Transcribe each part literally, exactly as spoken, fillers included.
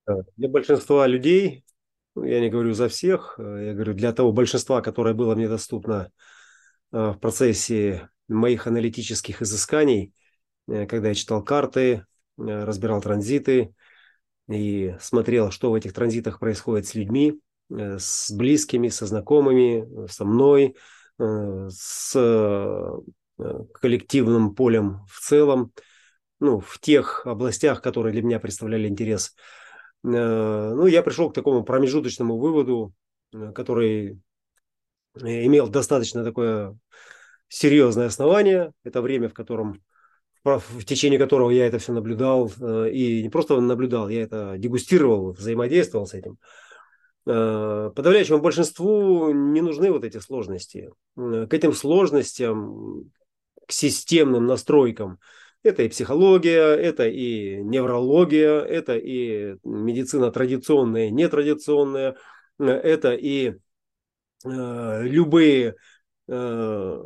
Да. Для большинства людей, ну, я не говорю за всех, э, я говорю для того большинства, которое было мне доступно э, в процессе моих аналитических изысканий, э, когда я читал карты, э, разбирал транзиты и смотрел, что в этих транзитах происходит с людьми, э, с близкими, со знакомыми, э, со мной, э, с э, коллективным полем в целом, ну, в тех областях, которые для меня представляли интерес. Э, Ну, я пришел к такому промежуточному выводу, э, который э, имел достаточно такое серьезное основание. Это время, в котором в течение которого я это все наблюдал, э, и не просто наблюдал, я это дегустировал, взаимодействовал с этим. Э, Подавляющему большинству не нужны вот эти сложности. Э, К этим сложностям, к системным настройкам, это и психология, это и неврология, это и медицина традиционная, нетрадиционная, э, это и э, любые э,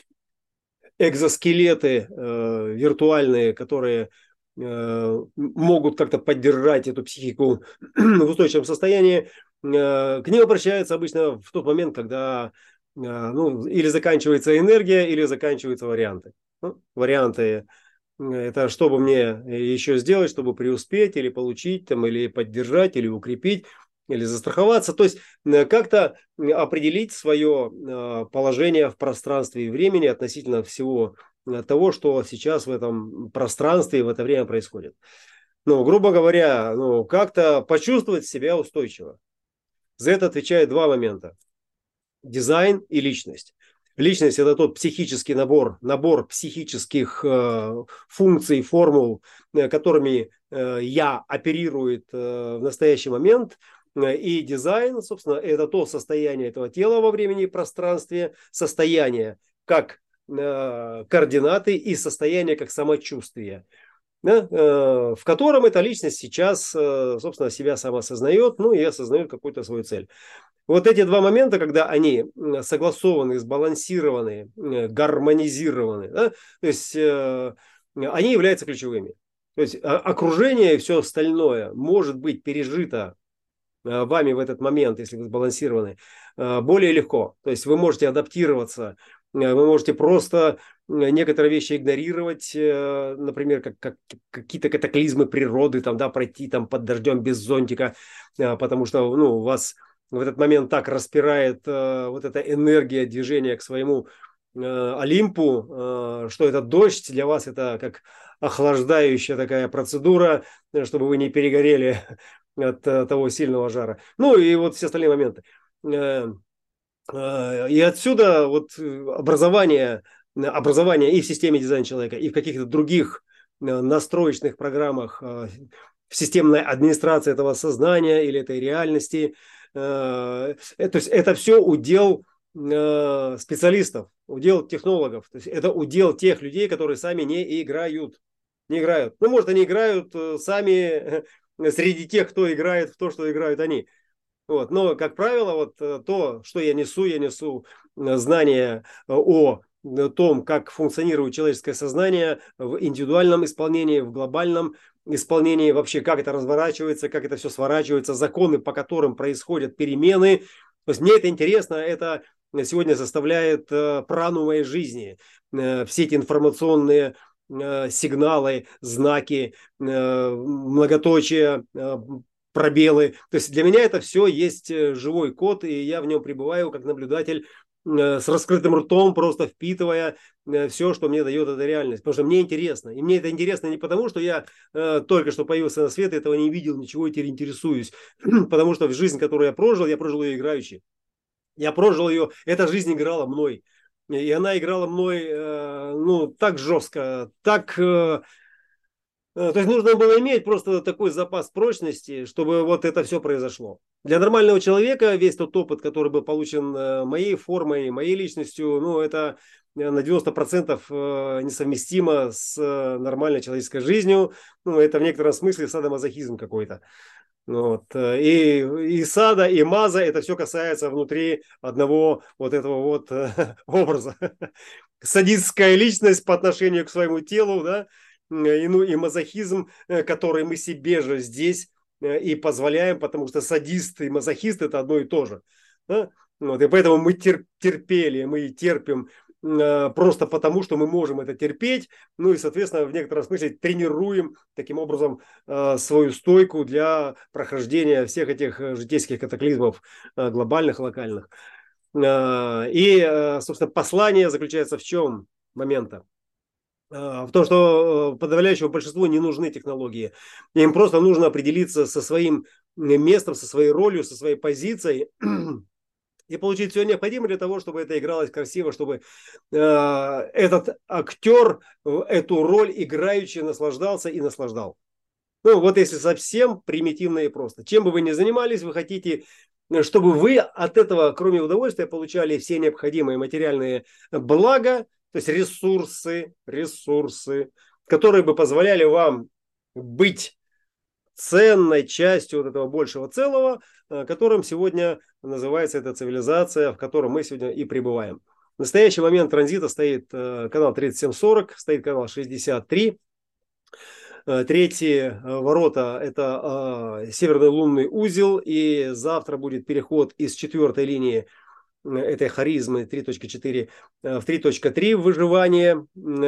экзоскелеты э, виртуальные, которые э, могут как-то поддержать эту психику в устойчивом состоянии, э, к ним обращаются обычно в тот момент, когда э, ну, или заканчивается энергия, или заканчиваются варианты. Ну, варианты э, это чтобы мне еще сделать, чтобы преуспеть, или получить, там, или поддержать, или укрепить, или застраховаться. То есть э, как-то определить свое э, положение в пространстве и времени относительно всего э, того, что сейчас в этом пространстве и в это время происходит. Ну, грубо говоря, ну, как-то почувствовать себя устойчиво. За это отвечают два момента: дизайн и личность. Личность – это тот психический набор, набор психических э, функций, формул, э, которыми э, я оперирует э, в настоящий момент. И дизайн, собственно, это то состояние этого тела во времени и пространстве, состояние как э, координаты и состояние как самочувствие, да, э, в котором эта личность сейчас, э, собственно, себя самоосознает, ну и осознает какую-то свою цель. Вот эти два момента, когда они согласованы, сбалансированы, э, гармонизированы, да, то есть э, они являются ключевыми. То есть а, окружение и все остальное может быть пережито э, вами в этот момент, если вы сбалансированы, э, более легко. То есть вы можете адаптироваться, э, вы можете просто э, некоторые вещи игнорировать, э, например, как, как какие-то катаклизмы природы, там, да, пройти там под дождем без зонтика, э, потому что ну, у вас в этот момент так распирает э, вот эта энергия движения к своему э, Олимпу, э, что этот дождь для вас это как охлаждающая такая процедура, э, чтобы вы не перегорели от э, того сильного жара. Ну и вот все остальные моменты. Э, э, И отсюда вот э, образование, э, образование и в системе дизайна человека, и в каких-то других э, настроечных программах, э, в системной администрации этого сознания или этой реальности. Э, э, То есть это все удел э, специалистов, удел технологов. То есть это удел тех людей, которые сами не играют. Не играют. Ну, может, они играют э, сами э, среди тех, кто играет в то, что играют они. Вот. Но, как правило, вот э, то, что я несу, я несу э, знания э, о э, том, как функционирует человеческое сознание в индивидуальном исполнении, в глобальном исполнении, вообще как это разворачивается, как это все сворачивается, законы, по которым происходят перемены. То есть мне это интересно, это сегодня составляет э, прану моей жизни. Э, все эти информационные э, сигналы, знаки, э, многоточия, э, пробелы. То есть для меня это все есть э, живой код, и я в нем пребываю как наблюдатель э, с раскрытым ртом, просто впитывая э, все, что мне дает эта реальность. Потому что мне интересно. И мне это интересно не потому, что я э, только что появился на свет, этого не видел, ничего, и теперь интересуюсь. Потому что в жизнь, которую я прожил, я прожил ее играючи. Я прожил ее, эта жизнь играла мной. И она играла мной э, ну, так жестко, так э, Э, То есть нужно было иметь просто такой запас прочности, чтобы вот это все произошло. Для нормального человека весь тот опыт, который был получен э, моей формой, моей личностью, ну, это э, на девяносто процентов э, несовместимо с э, нормальной человеческой жизнью. Ну, это в некотором смысле садомазохизм какой-то. Ну вот. э, И, и сада, и маза, это все касается внутри одного вот этого вот э, образа. Садистская личность по отношению к своему телу, да, и, ну, и мазохизм, э, который мы себе же здесь и позволяем, потому что садист и мазохист – это одно и то же. Да? Вот, и поэтому мы тер- терпели, мы терпим просто потому, что мы можем это терпеть, ну и, соответственно, в некотором смысле тренируем таким образом свою стойку для прохождения всех этих житейских катаклизмов глобальных, локальных. И, собственно, послание заключается в чем момента? В том, что подавляющему большинству не нужны технологии. Им просто нужно определиться со своим местом, со своей ролью, со своей позицией и получить все необходимое для того, чтобы это игралось красиво, чтобы э, этот актер эту роль играючи наслаждался и наслаждал. Ну, вот если совсем примитивно и просто. Чем бы вы ни занимались, вы хотите, чтобы вы от этого, кроме удовольствия, получали все необходимые материальные блага, то есть ресурсы, ресурсы, которые бы позволяли вам быть ценной частью вот этого большего целого, которым сегодня называется эта цивилизация, в котором мы сегодня и пребываем. В настоящий момент транзита стоит канал тридцать семь сорок, стоит канал шестьдесят три. Третьи ворота – это северный лунный узел, и завтра будет переход из четвертой линии этой харизмы три точка четыре в три точка три выживание.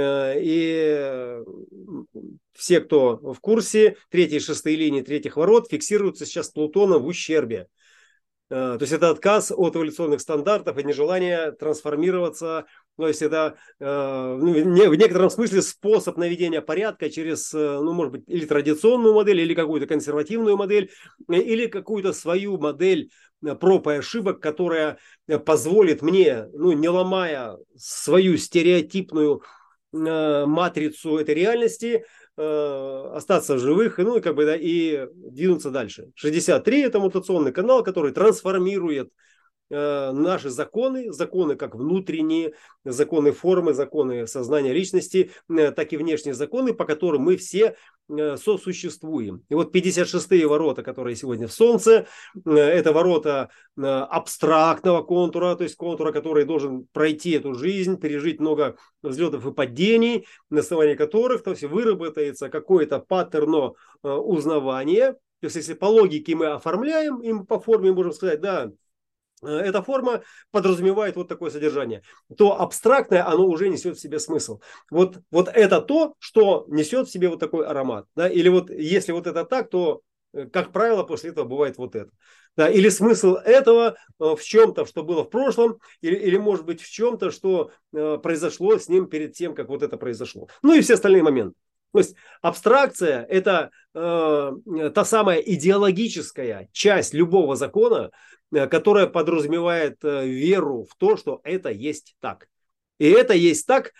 И все, кто в курсе, третьи и шестые линии третьих ворот фиксируются сейчас Плутона в ущербе. То есть это отказ от эволюционных стандартов и нежелание трансформироваться. То есть это в некотором смысле способ наведения порядка через, ну, может быть, или традиционную модель, или какую-то консервативную модель, или какую-то свою модель проб и ошибок, которая позволит мне, ну, не ломая свою стереотипную матрицу этой реальности, остаться в живых, ну и как бы, да, и двинуться дальше. шестьдесят три – это мутационный канал, который трансформирует э, наши законы, законы как внутренние, законы формы, законы сознания личности, э, так и внешние законы, по которым мы все э, сосуществуем. И вот пятьдесят шестые ворота, которые сегодня в Солнце, э, это ворота э, абстрактного контура, то есть контура, который должен пройти эту жизнь, пережить много взлетов и падений, на основании которых, то есть, выработается какое-то паттерно э, узнавания. То есть если по логике мы оформляем, и по форме можем сказать, да, эта форма подразумевает вот такое содержание, то абстрактное оно уже несет в себе смысл. Вот, вот это то, что несет в себе вот такой аромат. Да? Или вот если вот это так, то, как правило, после этого бывает вот это. Да? Или смысл этого в чем-то, что было в прошлом, или, или может быть в чем-то, что произошло с ним перед тем, как вот это произошло. Ну и все остальные моменты. То есть абстракция – это э, та самая идеологическая часть любого закона, которая подразумевает веру в то, что это есть так. И это есть так,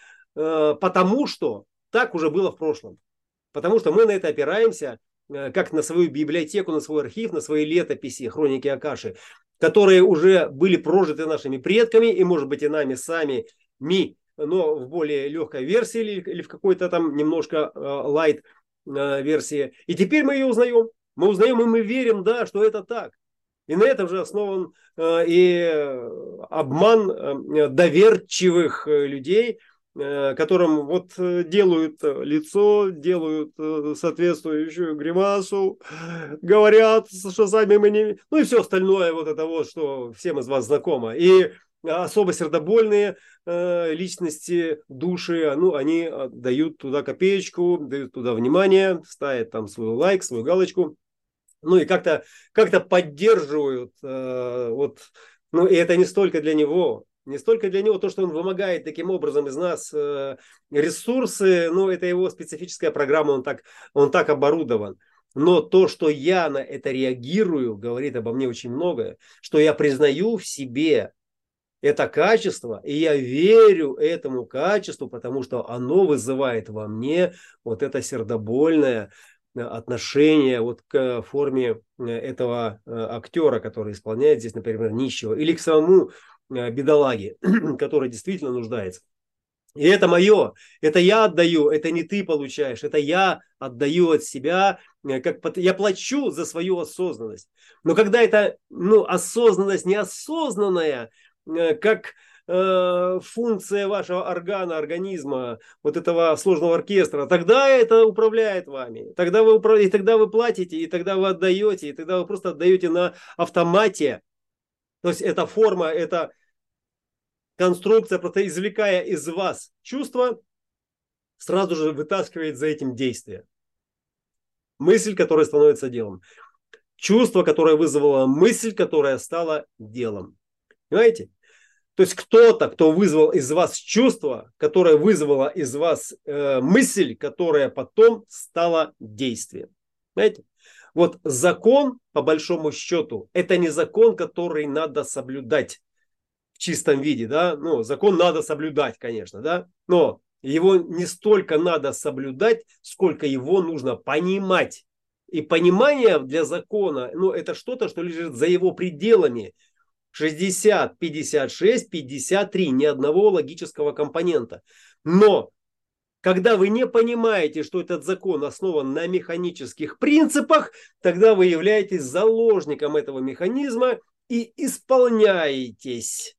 потому что так уже было в прошлом. Потому что мы на это опираемся, как на свою библиотеку, на свой архив, на свои летописи, хроники Акаши, которые уже были прожиты нашими предками и, может быть, и нами сами, ми, но в более легкой версии или, или в какой-то там немножко лайт версии. И теперь мы ее узнаем. Мы узнаем, и мы верим, да, что это так. И на этом же основан э, и обман э, доверчивых людей, э, которым вот делают лицо, делают э, соответствующую гримасу, говорят, что сами мы не... Ну и все остальное, вот это вот, что всем из вас знакомо. И особо сердобольные э, личности, души, ну, они дают туда копеечку, дают туда внимание, ставят там свой лайк, свою галочку. Ну и как-то как-то поддерживают, э, вот, ну и это не столько для него, не столько для него то, что он вымогает таким образом из нас э, ресурсы, ну это его специфическая программа, он так, он так оборудован. Но то, что я на это реагирую, говорит обо мне очень многое, что я признаю в себе это качество, и я верю этому качеству, потому что оно вызывает во мне вот это сердобольное отношение вот к форме этого актера, который исполняет здесь, например, нищего, или к самому бедолаге, который действительно нуждается. И это мое, это я отдаю, это не ты получаешь, это я отдаю от себя, как я плачу за свою осознанность. Но когда это, ну, осознанность неосознанная, как э, функция вашего органа, организма, вот этого сложного оркестра, тогда это управляет вами. Тогда вы, управ... и тогда вы платите, и тогда вы отдаете, и тогда вы просто отдаете на автомате. То есть эта форма, эта конструкция, просто извлекая из вас чувство, сразу же вытаскивает за этим действие. Мысль, которая становится делом. Чувство, которое вызвало мысль, которая стала делом. Понимаете? То есть кто-то, кто вызвал из вас чувство, которое вызвало из вас э, мысль, которая потом стала действием. Понимаете? Вот закон, по большому счету, это не закон, который надо соблюдать в чистом виде. Да? Ну, закон надо соблюдать, конечно, да? Но его не столько надо соблюдать, сколько его нужно понимать. И понимание для закона, ну, это что-то, что лежит за его пределами. шестьдесят, пятьдесят шесть, пятьдесят три, ни одного логического компонента. Но когда вы не понимаете, что этот закон основан на механических принципах, тогда вы являетесь заложником этого механизма и исполняетесь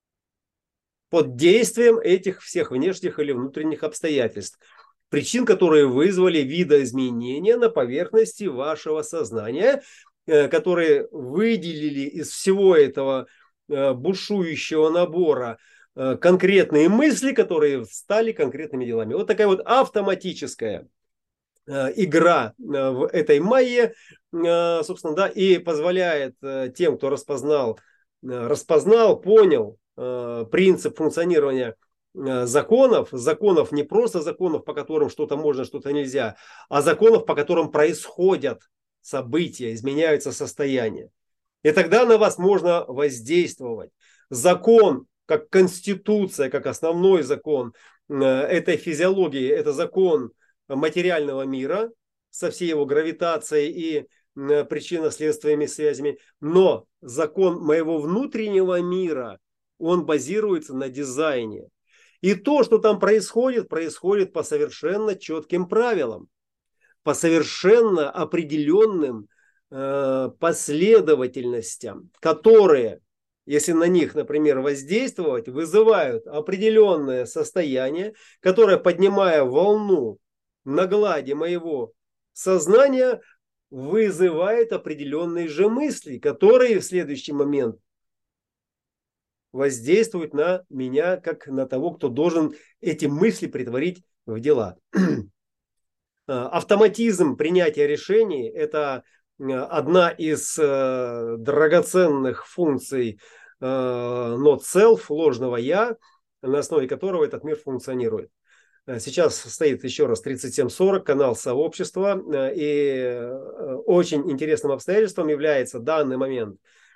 под действием этих всех внешних или внутренних обстоятельств. Причин, которые вызвали видоизменения на поверхности вашего сознания, которые выделили из всего этого бушующего набора конкретные мысли, которые стали конкретными делами. Вот такая вот автоматическая игра в этой майе, собственно, да, и позволяет тем, кто распознал, распознал, понял принцип функционирования законов, законов не просто законов, по которым что-то можно, что-то нельзя, а законов, по которым происходят события, изменяются состояния. И тогда на вас можно воздействовать. Закон, как конституция, как основной закон этой физиологии, это закон материального мира со всей его гравитацией и причинно-следственными связями. Но закон моего внутреннего мира, он базируется на дизайне. И то, что там происходит, происходит по совершенно четким правилам, по совершенно определенным э, последовательностям, которые, если на них, например, воздействовать, вызывают определенное состояние, которое, поднимая волну на глади моего сознания, вызывает определенные же мысли, которые в следующий момент воздействуют на меня, как на того, кто должен эти мысли претворить в дела. Автоматизм принятия решений – это одна из драгоценных функций not self, ложного я, на основе которого этот мир функционирует. Сейчас стоит еще раз тридцать семь сорок, канал сообщества, и очень интересным обстоятельством является данный момент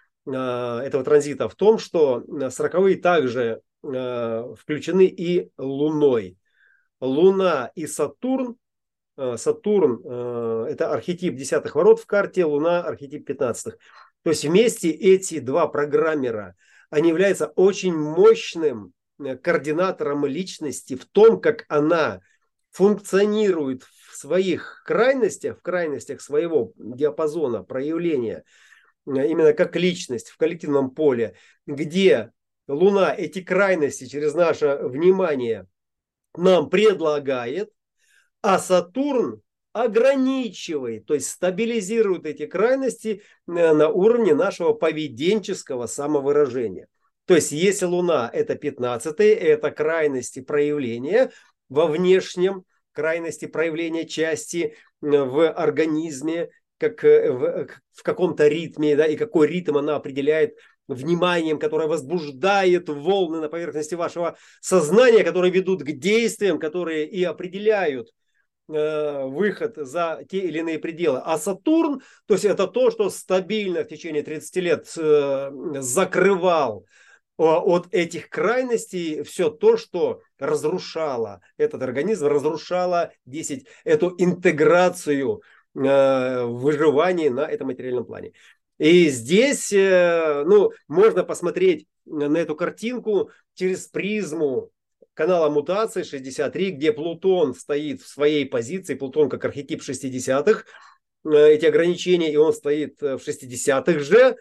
этого транзита в том, что сороковые также включены и Луной. Луна и Сатурн. Сатурн – это архетип десятых ворот в карте, Луна – архетип пятнадцатых. То есть вместе эти два программера, они являются очень мощным координатором личности в том, как она функционирует в своих крайностях, в крайностях своего диапазона проявления, именно как личность в коллективном поле, где Луна эти крайности через наше внимание нам предлагает, а Сатурн ограничивает, то есть стабилизирует эти крайности на уровне нашего поведенческого самовыражения. То есть если Луна это пятнадцатый, это крайности проявления во внешнем, крайности проявления части в организме, как в, в каком-то ритме, да, и какой ритм она определяет вниманием, которое возбуждает волны на поверхности вашего сознания, которые ведут к действиям, которые и определяют э, выход за те или иные пределы. А Сатурн, то есть это то, что стабильно в течение тридцати лет э, закрывал от этих крайностей все то, что разрушало этот организм, разрушало десять, эту интеграцию э, выживания на этом материальном плане. И здесь э, ну, можно посмотреть на эту картинку через призму канала мутации шестьдесят три, где Плутон стоит в своей позиции, Плутон как архетип шестидесятых, э, эти ограничения, и он стоит в шестидесятых же.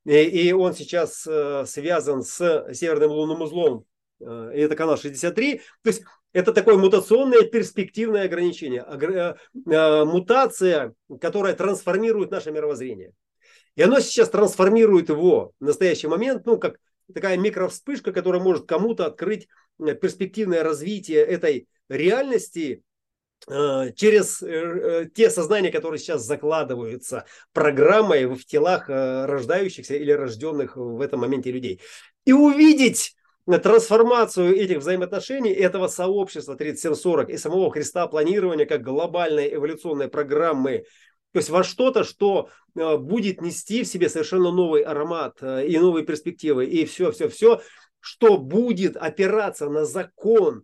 и, и он сейчас э, связан с северным лунным узлом, э, и это канал шестьдесят три. То есть это такое мутационное перспективное ограничение, огр- э, мутация, которая трансформирует наше мировоззрение. И оно сейчас трансформирует его в настоящий момент, ну, как такая микровспышка, которая может кому-то открыть перспективное развитие этой реальности э, через э, те сознания, которые сейчас закладываются программой в телах э, рождающихся или рожденных в этом моменте людей. И увидеть трансформацию этих взаимоотношений, этого сообщества тридцать семь сорок и самого Христа планирования как глобальной эволюционной программы, то есть во что-то, что э, будет нести в себе совершенно новый аромат э, и новые перспективы, и все-все-все, что будет опираться на закон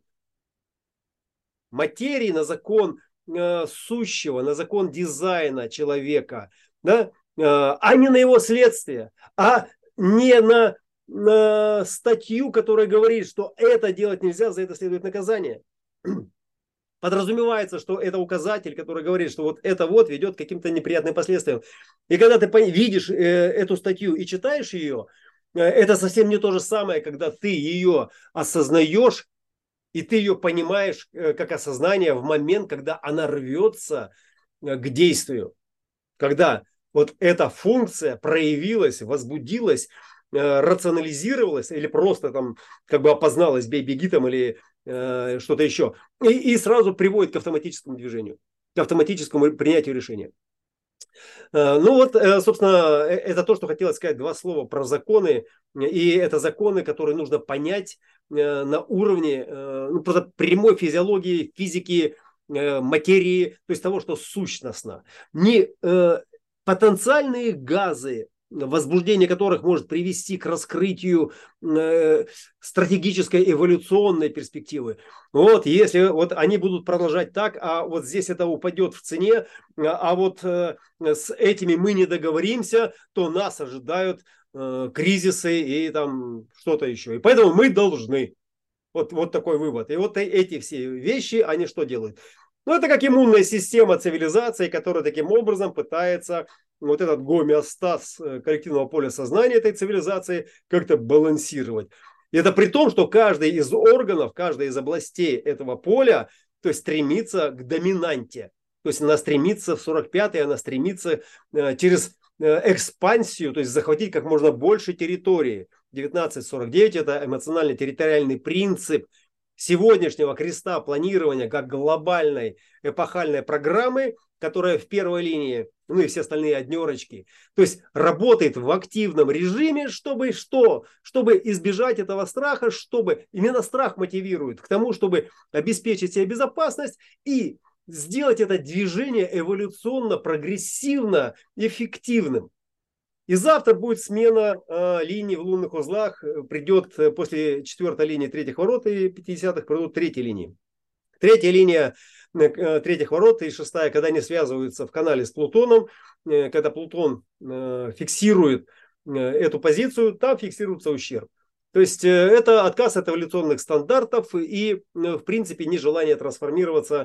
материи, на закон э, сущего, на закон дизайна человека, да? э, а не на его следствие, а не на, на статью, которая говорит, что это делать нельзя, за это следует наказание. Подразумевается, что это указатель, который говорит, что вот это вот ведет к каким-то неприятным последствиям. И когда ты видишь э, эту статью и читаешь ее, э, это совсем не то же самое, когда ты ее осознаешь, и ты ее понимаешь э, как осознание в момент, когда она рвется э, к действию. Когда вот эта функция проявилась, возбудилась, э, рационализировалась или просто там как бы опозналась, бей, беги там или э, что-то еще. И, и сразу приводит к автоматическому движению, к автоматическому принятию решения. Э, ну вот, э, собственно, э, это то, что хотелось сказать. Два слова про законы. И это законы, которые нужно понять э, на уровне э, ну, просто прямой физиологии, физики, э, материи, то есть того, что сущностно. Не э, потенциальные газы, возбуждение которых может привести к раскрытию э, стратегической эволюционной перспективы. Вот, если вот они будут продолжать так, а вот здесь это упадет в цене, а вот э, с этими мы не договоримся, то нас ожидают э, кризисы и там что-то еще. И поэтому мы должны. Вот, вот такой вывод. И вот эти все вещи, они что делают? Ну, это как иммунная система цивилизации, которая таким образом пытается вот этот гомеостаз коллективного поля сознания этой цивилизации как-то балансировать. И это при том, что каждый из органов, каждая из областей этого поля, то есть стремится к доминанте. То есть она стремится в сорок пятый, она стремится э, через э, экспансию, то есть захватить как можно больше территории. девятнадцать сорок девять это эмоционально-территориальный принцип сегодняшнего креста планирования как глобальной эпохальной программы, которая в первой линии, ну и все остальные однерочки, то есть работает в активном режиме, чтобы что? Чтобы избежать этого страха, чтобы именно страх мотивирует к тому, чтобы обеспечить себе безопасность и сделать это движение эволюционно, прогрессивно, эффективным. И завтра будет смена э, линий в лунных узлах. Придет э, после четвертой линии третьих ворот и пятидесятых придут третьи линии. Третья линия э, третьих ворот и шестая, когда они связываются в канале с Плутоном, э, когда Плутон э, фиксирует э, эту позицию, там фиксируется ущерб. То есть э, это отказ от эволюционных стандартов и, э, в принципе, нежелание трансформироваться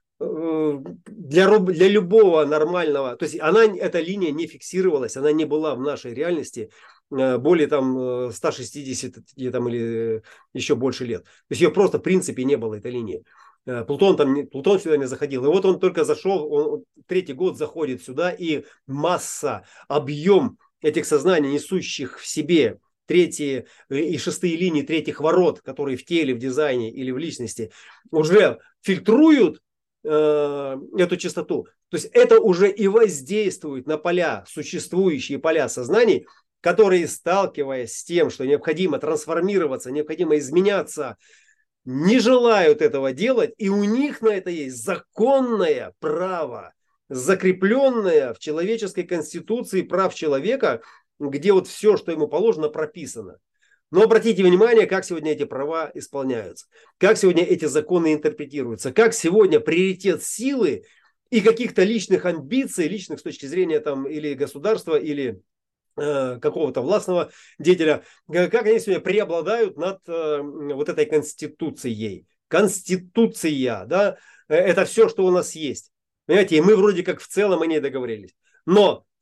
для, для любого нормального, то есть она, эта линия не фиксировалась, она не была в нашей реальности более там ста шестидесяти там, или еще больше лет. То есть ее просто в принципе не было, этой линии. Плутон там, Плутон сюда не заходил. И вот он только зашел, он третий год заходит сюда, и масса, объем этих сознаний, несущих в себе третьи и шестые линии третьих ворот, которые в теле, в дизайне или в личности, уже фильтруют эту частоту. То есть это уже и воздействует на поля, существующие поля сознаний, которые, сталкиваясь с тем, что необходимо трансформироваться, необходимо изменяться, не желают этого делать, и у них на это есть законное право, закрепленное в человеческой конституции прав человека, где вот все, что ему положено, прописано. Но обратите внимание, как сегодня эти права исполняются, как сегодня эти законы интерпретируются, как сегодня приоритет силы и каких-то личных амбиций, личных с точки зрения там или государства, или э, какого-то властного деятеля, как они сегодня преобладают над э, вот этой конституцией. Конституция, да, это все, что у нас есть. Понимаете, и мы вроде как в целом о ней договорились. Но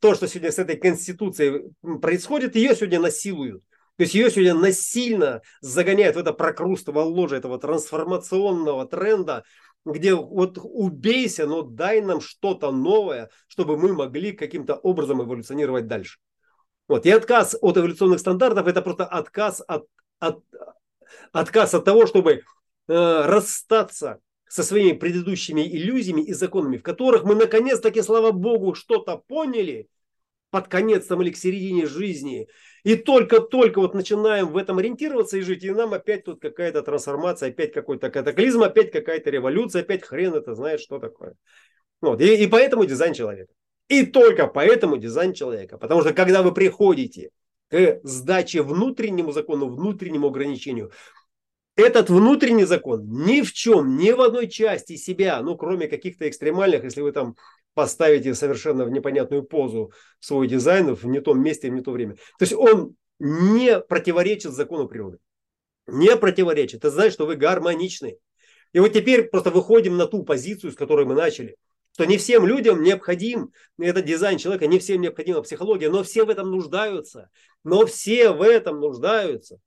то, что сегодня с этой конституцией происходит, ее сегодня насилуют. То есть ее сегодня насильно загоняют в это прокрустово ложе этого трансформационного тренда, где вот убейся, но дай нам что-то новое, чтобы мы могли каким-то образом эволюционировать дальше. Вот. И отказ от эволюционных стандартов – это просто отказ от, от, отказ от того, чтобы э, расстаться со своими предыдущими иллюзиями и законами, в которых мы наконец-таки, слава богу, что-то поняли под конец там или к середине жизни. И только-только вот начинаем в этом ориентироваться и жить, и нам опять тут какая-то трансформация, опять какой-то катаклизм, опять какая-то революция, опять хрен это знает, что такое. Вот. И, и поэтому дизайн человека. И только поэтому дизайн человека. Потому что когда вы приходите к сдаче внутреннему закону, внутреннему ограничению, этот внутренний закон ни в чем, ни в одной части себя, ну кроме каких-то экстремальных, если вы там поставите совершенно в непонятную позу свой дизайн в не том месте, в не то время. То есть он не противоречит закону природы. Не противоречит. Это значит, что вы гармоничны. И вот теперь просто выходим на ту позицию, с которой мы начали. Что не всем людям необходим этот дизайн человека, не всем необходима психология, но все в этом нуждаются. Но все в этом нуждаются.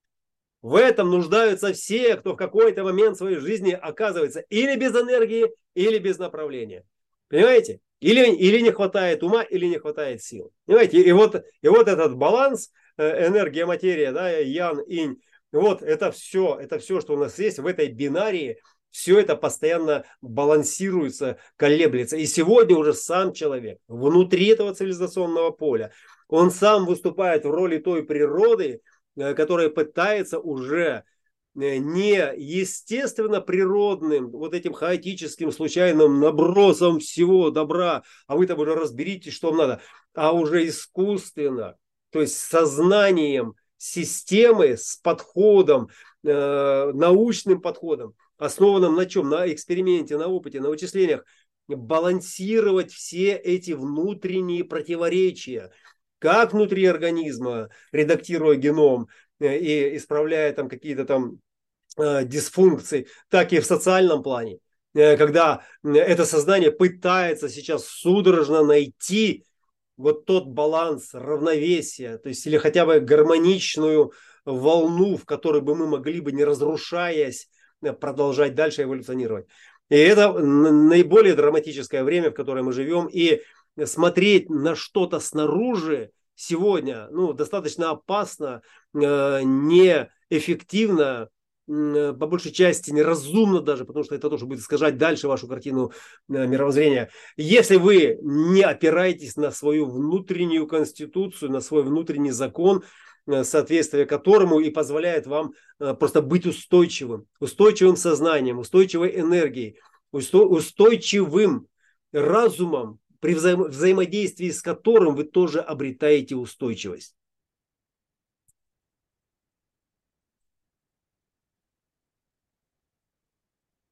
В этом нуждаются все, кто в какой-то момент своей жизни оказывается или без энергии, или без направления. Понимаете? Или, или не хватает ума, или не хватает сил. Понимаете? И вот, и вот этот баланс, энергия, материя, да, ян, инь, вот это все, это все, что у нас есть в этой бинарии, все это постоянно балансируется, колеблется. И сегодня уже сам человек внутри этого цивилизационного поля, он сам выступает в роли той природы, которая пытается уже не естественно природным, вот этим хаотическим, случайным набросом всего добра, а вы там уже разберитесь, что вам надо, а уже искусственно, то есть сознанием системы с подходом, э, научным подходом, основанным на чем? На эксперименте, на опыте, на вычислениях, балансировать все эти внутренние противоречия, как внутри организма, редактируя геном и исправляя там какие-то там э, дисфункции, так и в социальном плане, э, когда это сознание пытается сейчас судорожно найти вот тот баланс, равновесие, то есть или хотя бы гармоничную волну, в которой бы мы могли бы, не разрушаясь, продолжать дальше эволюционировать. И это наиболее драматическое время, в которое мы живем, и смотреть на что-то снаружи сегодня, ну, достаточно опасно, э, неэффективно, э, по большей части неразумно даже, потому что это тоже будет искажать дальше вашу картину э, мировоззрения. Если вы не опираетесь на свою внутреннюю конституцию, на свой внутренний закон, э, соответствие которому и позволяет вам э, просто быть устойчивым, устойчивым сознанием, устойчивой энергией, усто- устойчивым разумом, при взаим- взаимодействии с которым вы тоже обретаете устойчивость.